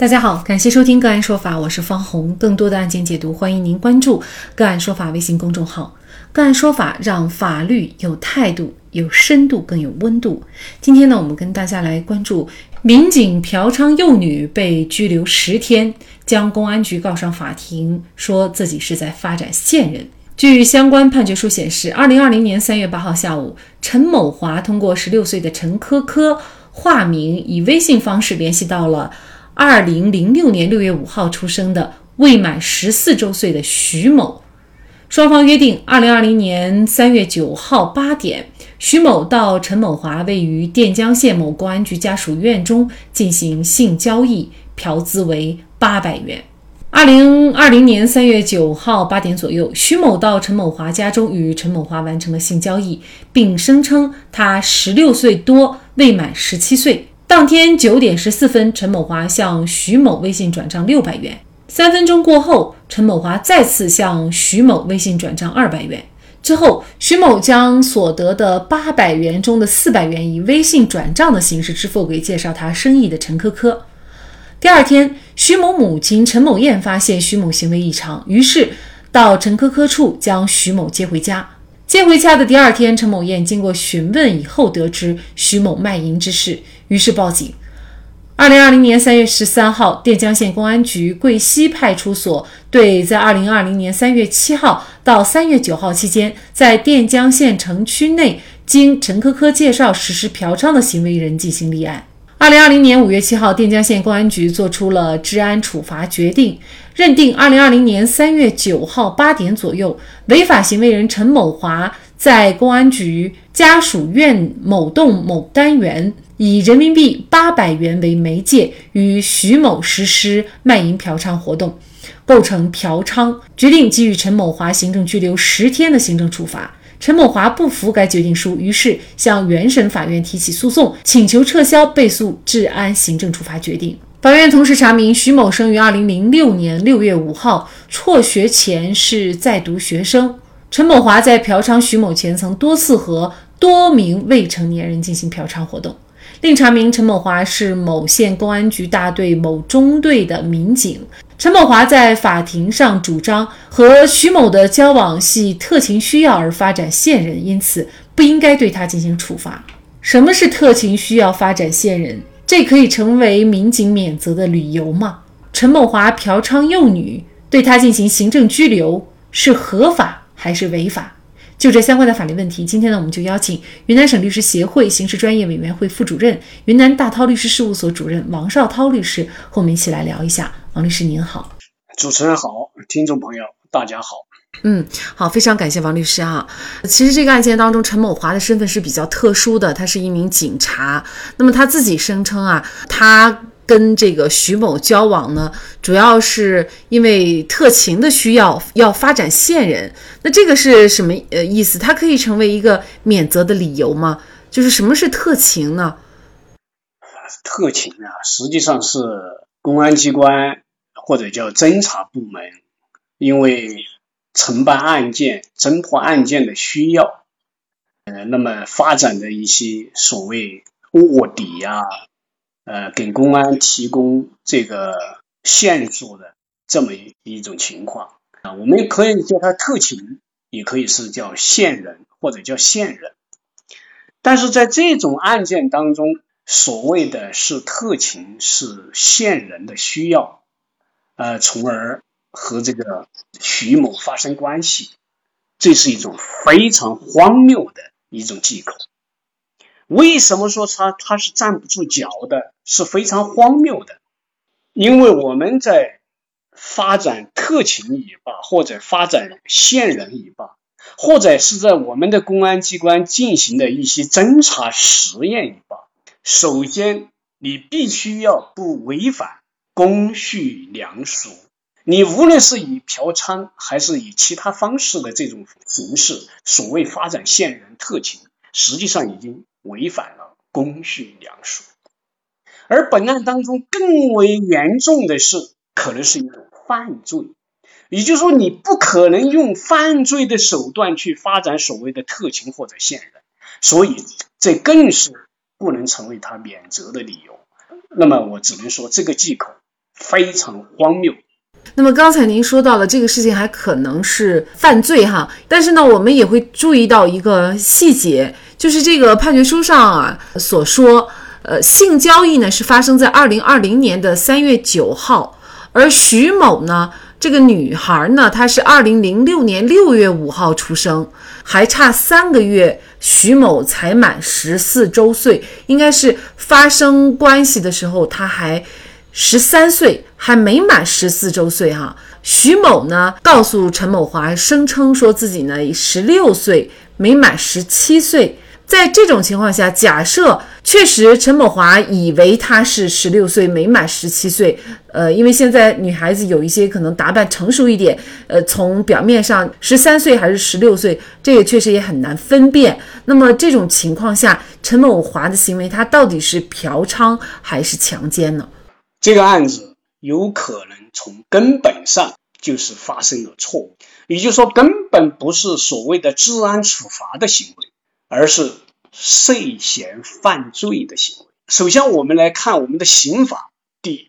大家好，感谢收听个案说法，我是方红。更多的案件解读，欢迎您关注个案说法微信公众号。个案说法让法律有态度、有深度、更有温度。今天呢，我们跟大家来关注民警嫖娼幼女被拘留10天，将公安局告上法庭，说自己是在发展线人。据相关判决书显示，2020年3月8号下午，陈某华通过16岁的陈科科化名，以微信方式联系到了2006年6月5号出生的未满14周岁的徐某。双方约定2020年3月9号8点，徐某到陈某华位于垫江县某公安局家属院中进行性交易，嫖资为800元。2020年3月9号8点左右，徐某到陈某华家中与陈某华完成了性交易，并声称他16岁多，未满17岁。当天9点14分，陈某华向徐某微信转账600元。3分钟过后，陈某华再次向徐某微信转账200元。之后，徐某将所得的800元中的400元以微信转账的形式支付给介绍他生意的陈科科。第二天，徐某母亲陈某艳发现徐某行为异常，于是到陈科科处将徐某接回家。接回家的第二天，陈某艳经过询问以后得知徐某卖淫之事，于是报警。2020年3月13号，垫江县公安局贵溪派出所对在2020年3月7号到3月9号期间，在垫江县城区内经陈科科介绍实施嫖娼的行为人进行立案。2020年5月7号，垫江县公安局作出了治安处罚决定，认定2020年3月9号8点左右，违法行为人陈某华在公安局家属院某栋某单元以人民币800元为媒介，与徐某实施卖淫嫖娼活动，构成嫖娼，决定给予陈某华行政拘留10天的行政处罚。陈某华不服该决定书，于是向原审法院提起诉讼，请求撤销被诉治安行政处罚决定。法院同时查明，徐某生于2006年6月5号，辍学前是在读学生。陈某华在嫖娼徐某前曾多次和多名未成年人进行嫖娼活动。另查明，陈某华是某县公安局大队某中队的民警。陈某华在法庭上主张和徐某的交往系特情需要而发展线人，因此不应该对他进行处罚。什么是特情需要发展线人？这可以成为民警免责的理由吗？陈某华嫖娼幼女，对他进行行政拘留是合法还是违法？就这相关的法律问题，今天呢，我们就邀请云南省律师协会刑事专业委员会副主任、云南大韬律师事务所主任王绍涛律师和我们一起来聊一下。王律师您好。 主持人好，听众朋友大家好。 好，非常感谢王律师啊。其实这个案件当中，陈某华的身份是比较特殊的，他是一名警察。那么他自己声称啊，他跟这个徐某交往呢，主要是因为特情的需要，要发展线人。那这个是什么意思？它可以成为一个免责的理由吗？就是什么是特情呢？ 特情啊，实际上是公安机关或者叫侦查部门，因为承办案件、侦破案件的需要，那么发展的一些所谓卧底啊，给公安提供这个线索的这么一种情况啊，我们可以叫它特情，也可以是叫线人或者叫线人。但是在这种案件当中，所谓的是特情，是线人的需要，从而和这个徐某发生关系，这是一种非常荒谬的一种借口。为什么说它是站不住脚的，是非常荒谬的？因为我们在发展特情也罢，或者发展线人也罢，或者是在我们的公安机关进行的一些侦查实验也罢，首先你必须要不违反公序良俗。你无论是以嫖娼还是以其他方式的这种形式，所谓发展线人特情，实际上已经违反了公序良俗。而本案当中更为严重的是，可能是一种犯罪，也就是说你不可能用犯罪的手段去发展所谓的特情或者线人，所以这更是不能成为他免责的理由。那么我只能说这个借口非常荒谬。 那么刚才您说到了这个事情还可能是犯罪哈，但是呢我们也会注意到一个细节，就是这个判决书上所说性交易呢是发生在2020年的3月9号，而徐某呢这个女孩呢她是2006年6月5号出生，还差3个月徐某才满14周岁，应该是发生关系的时候她还13岁，还没满14周岁哈。徐某呢告诉陈某华，声称说自己呢16岁，没满17岁。在这种情况下，假设确实陈某华以为他是16岁，没满17岁，因为现在女孩子有一些可能打扮成熟一点，从表面上13岁还是16岁，这个确实也很难分辨。那么这种情况下，陈某华的行为他到底是嫖娼还是强奸呢？ 这个案子有可能从根本上就是发生了错误，也就是说根本不是所谓的治安处罚的行为，而是涉嫌犯罪的行为。首先我们来看我们的刑法第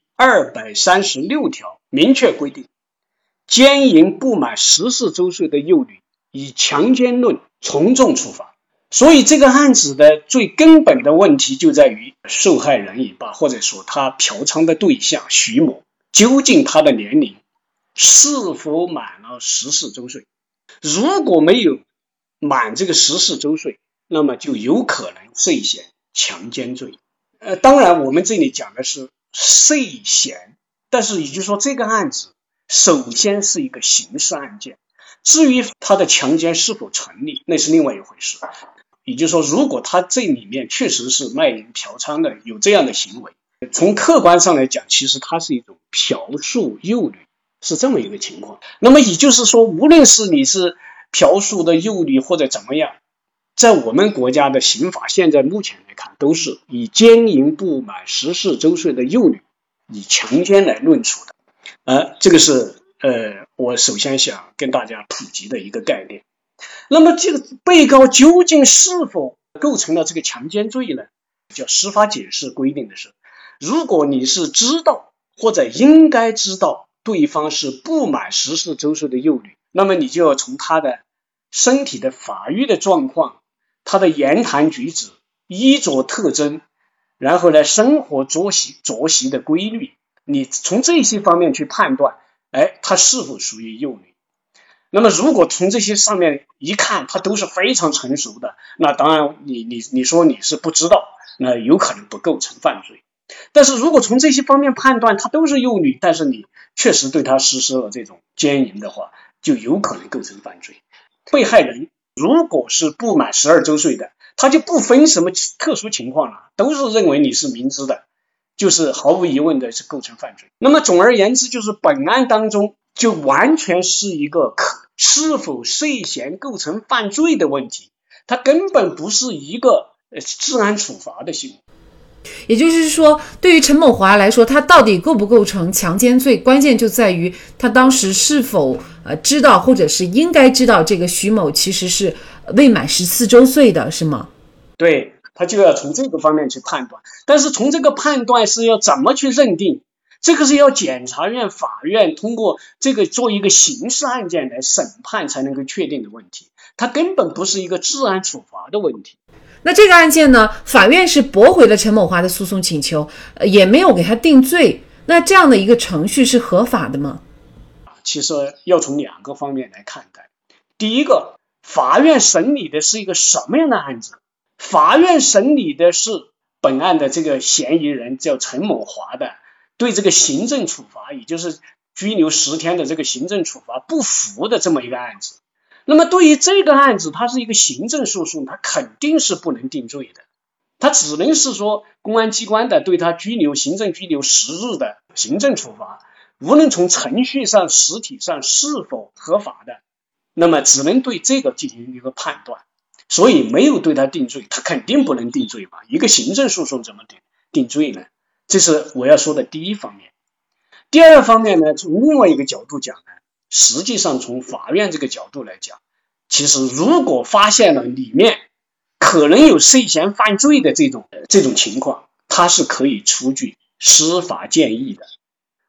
236条明确规定，奸淫不满14周岁的幼女以强奸论从重处罚。所以这个案子的最根本的问题就在于受害人也罢，或者说他嫖娼的对象徐某，究竟他的年龄是否满了14周岁。如果没有满这个14周岁，那么就有可能涉嫌强奸罪。当然我们这里讲的是涉嫌，但是也就是说这个案子首先是一个刑事案件，至于他的强奸是否成立，那是另外一回事。也就是说如果他这里面确实是卖淫嫖娼的，有这样的行为，从客观上来讲，其实它是一种嫖宿幼女，是这么一个情况。那么也就是说，无论是你是嫖宿的幼女或者怎么样，在我们国家的刑法现在目前来看，都是以奸淫不满14周岁的幼女以强奸来论处的。这个是我首先想跟大家普及的一个概念。那么这个被告究竟是否构成了这个强奸罪呢？叫司法解释规定的是，如果你是知道或者应该知道对方是不满14周岁的幼女，那么你就要从他的身体的发育的状况，他的言谈举止、衣着特征，然后呢生活作息的规律，你从这些方面去判断他是否属于幼女。那么如果从这些上面一看他都是非常成熟的，那当然你说你是不知道，那有可能不构成犯罪。但是如果从这些方面判断他都是幼女，但是你确实对他实施了这种奸淫的话，就有可能构成犯罪。被害人如果是不满12周岁的，他就不分什么特殊情况了，都是认为你是明知的，就是毫无疑问的是构成犯罪。那么总而言之，就是本案当中就完全是一个是否涉嫌构成犯罪的问题，它根本不是一个治安处罚的行为。 也就是说，对于陈某华来说，他到底构不构成强奸罪，关键就在于他当时是否知道或者是应该知道这个徐某其实是未满14周岁的，是吗？ 对，他就要从这个方面去判断。但是从这个判断是要怎么去认定，这个是要检察院、法院通过这个做一个刑事案件来审判才能够确定的问题，它根本不是一个治安处罚的问题。 那这个案件呢，法院是驳回了陈某华的诉讼请求，也没有给他定罪。那这样的一个程序是合法的吗？ 其实要从2个方面来看待。第一个，法院审理的是一个什么样的案子？法院审理的是本案的这个嫌疑人叫陈某华的对这个行政处罚，也就是拘留10天的这个行政处罚不服的这么一个案子。那么对于这个案子，它是一个行政诉讼，它肯定是不能定罪的，它只能是说公安机关的对他行政拘留10日的行政处罚，无论从程序上实体上是否合法的，那么只能对这个进行一个判断，所以没有对他定罪，他肯定不能定罪吧？一个行政诉讼怎么定罪呢？这是我要说的第一方面。第二方面呢，从另外一个角度讲呢，实际上从法院这个角度来讲，其实如果发现了里面可能有涉嫌犯罪的这种情况，它是可以出具司法建议的，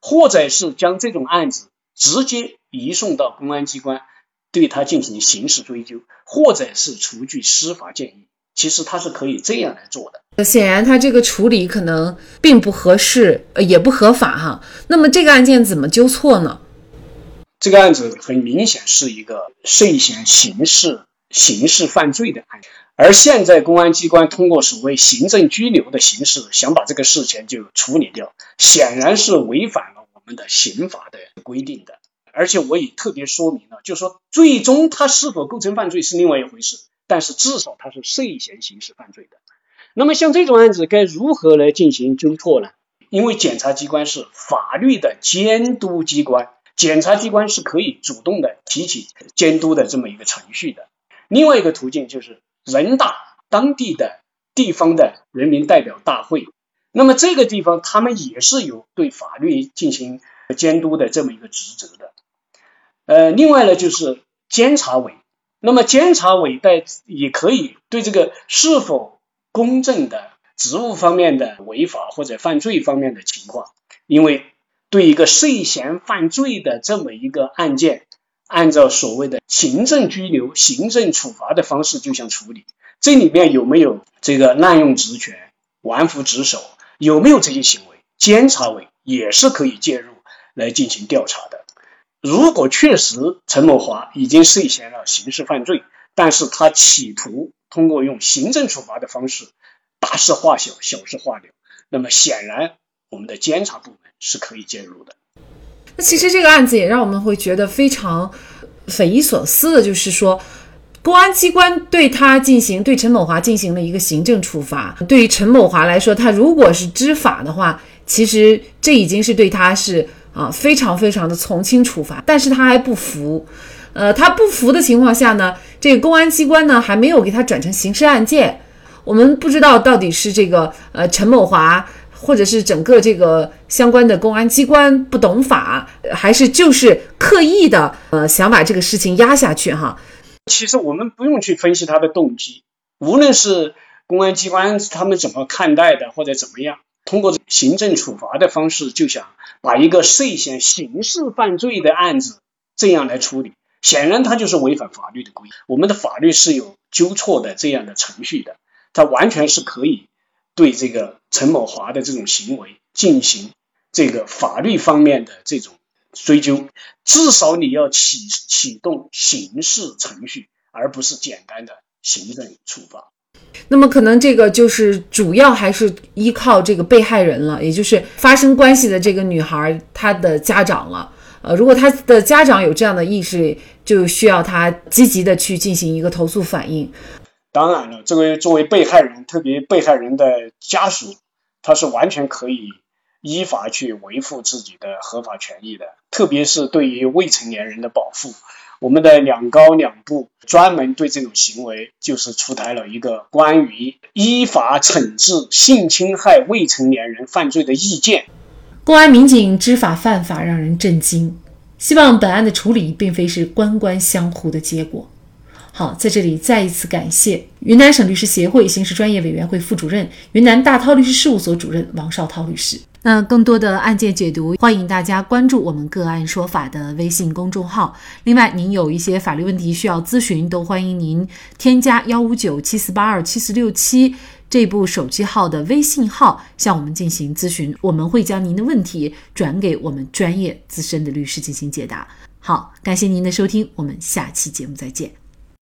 或者是将这种案子直接移送到公安机关，对他进行刑事追究，或者是出具司法建议。其实他是可以这样来做的。 显然他这个处理可能并不合适，也不合法哈。那么这个案件怎么纠错呢？ 这个案子很明显是一个涉嫌刑事犯罪的案件，而现在公安机关通过所谓行政拘留的形式想把这个事情就处理掉，显然是违反了我们的刑法的规定的。而且我也特别说明了，就是说最终他是否构成犯罪是另外一回事，但是至少他是涉嫌刑事犯罪的。那么像这种案子该如何来进行纠错呢？因为检察机关是法律的监督机关，检察机关是可以主动的提起监督的这么一个程序的。另外一个途径就是人大当地的地方的人民代表大会，那么这个地方他们也是有对法律进行监督的这么一个职责的。另外呢就是监察委，那么监察委也可以对这个是否公正的职务方面的违法或者犯罪方面的情况，因为对一个涉嫌犯罪的这么一个案件，按照所谓的行政拘留、行政处罚的方式就想处理，这里面有没有这个滥用职权、玩忽职守，有没有这些行为，监察委也是可以介入来进行调查的。如果确实陈某华已经涉嫌了刑事犯罪，但是他企图通过用行政处罚的方式大事化小、小事化了，那么显然我们的监察部门是可以介入的。 那其实这个案子也让我们会觉得非常匪夷所思的，就是说公安机关对陈某华进行了一个行政处罚，对于陈某华来说，他如果是知法的话，其实这已经是对他是非常非常的从轻处罚，但是他还不服。他不服的情况下呢，这个公安机关呢还没有给他转成刑事案件。我们不知道到底是这个陈某华或者是整个这个相关的公安机关不懂法，还是就是刻意的想把这个事情压下去哈。 其实我们不用去分析他的动机，无论是公安机关他们怎么看待的或者怎么样，通过行政处罚的方式就想把一个涉嫌刑事犯罪的案子这样来处理，显然他就是违反法律的规定。我们的法律是有纠错的这样的程序的，他完全是可以对这个陈某华的这种行为进行这个法律方面的这种追究，至少你要启动刑事程序，而不是简单的行政处罚。 那么可能这个就是主要还是依靠这个被害人了，也就是发生关系的这个女孩她的家长了。如果她的家长有这样的意识，就需要她积极的去进行一个投诉反应。 当然了，这个作为被害人，特别被害人的家属，他是完全可以依法去维护自己的合法权益的，特别是对于未成年人的保护。我们的两高两部专门对这种行为就是出台了一个关于依法惩治性侵害未成年人犯罪的意见。 公安民警知法犯法让人震惊，希望本案的处理并非是官官相护的结果。好，在这里再一次感谢云南省律师协会刑事专业委员会副主任、云南大韬律师事务所主任王绍涛律师。那更多的案件解读，欢迎大家关注我们个案说法的微信公众号。另外，您有一些法律问题需要咨询，都欢迎您添加15974827467这部手机号的微信号向我们进行咨询，我们会将您的问题转给我们专业资深的律师进行解答。好，感谢您的收听，我们下期节目再见。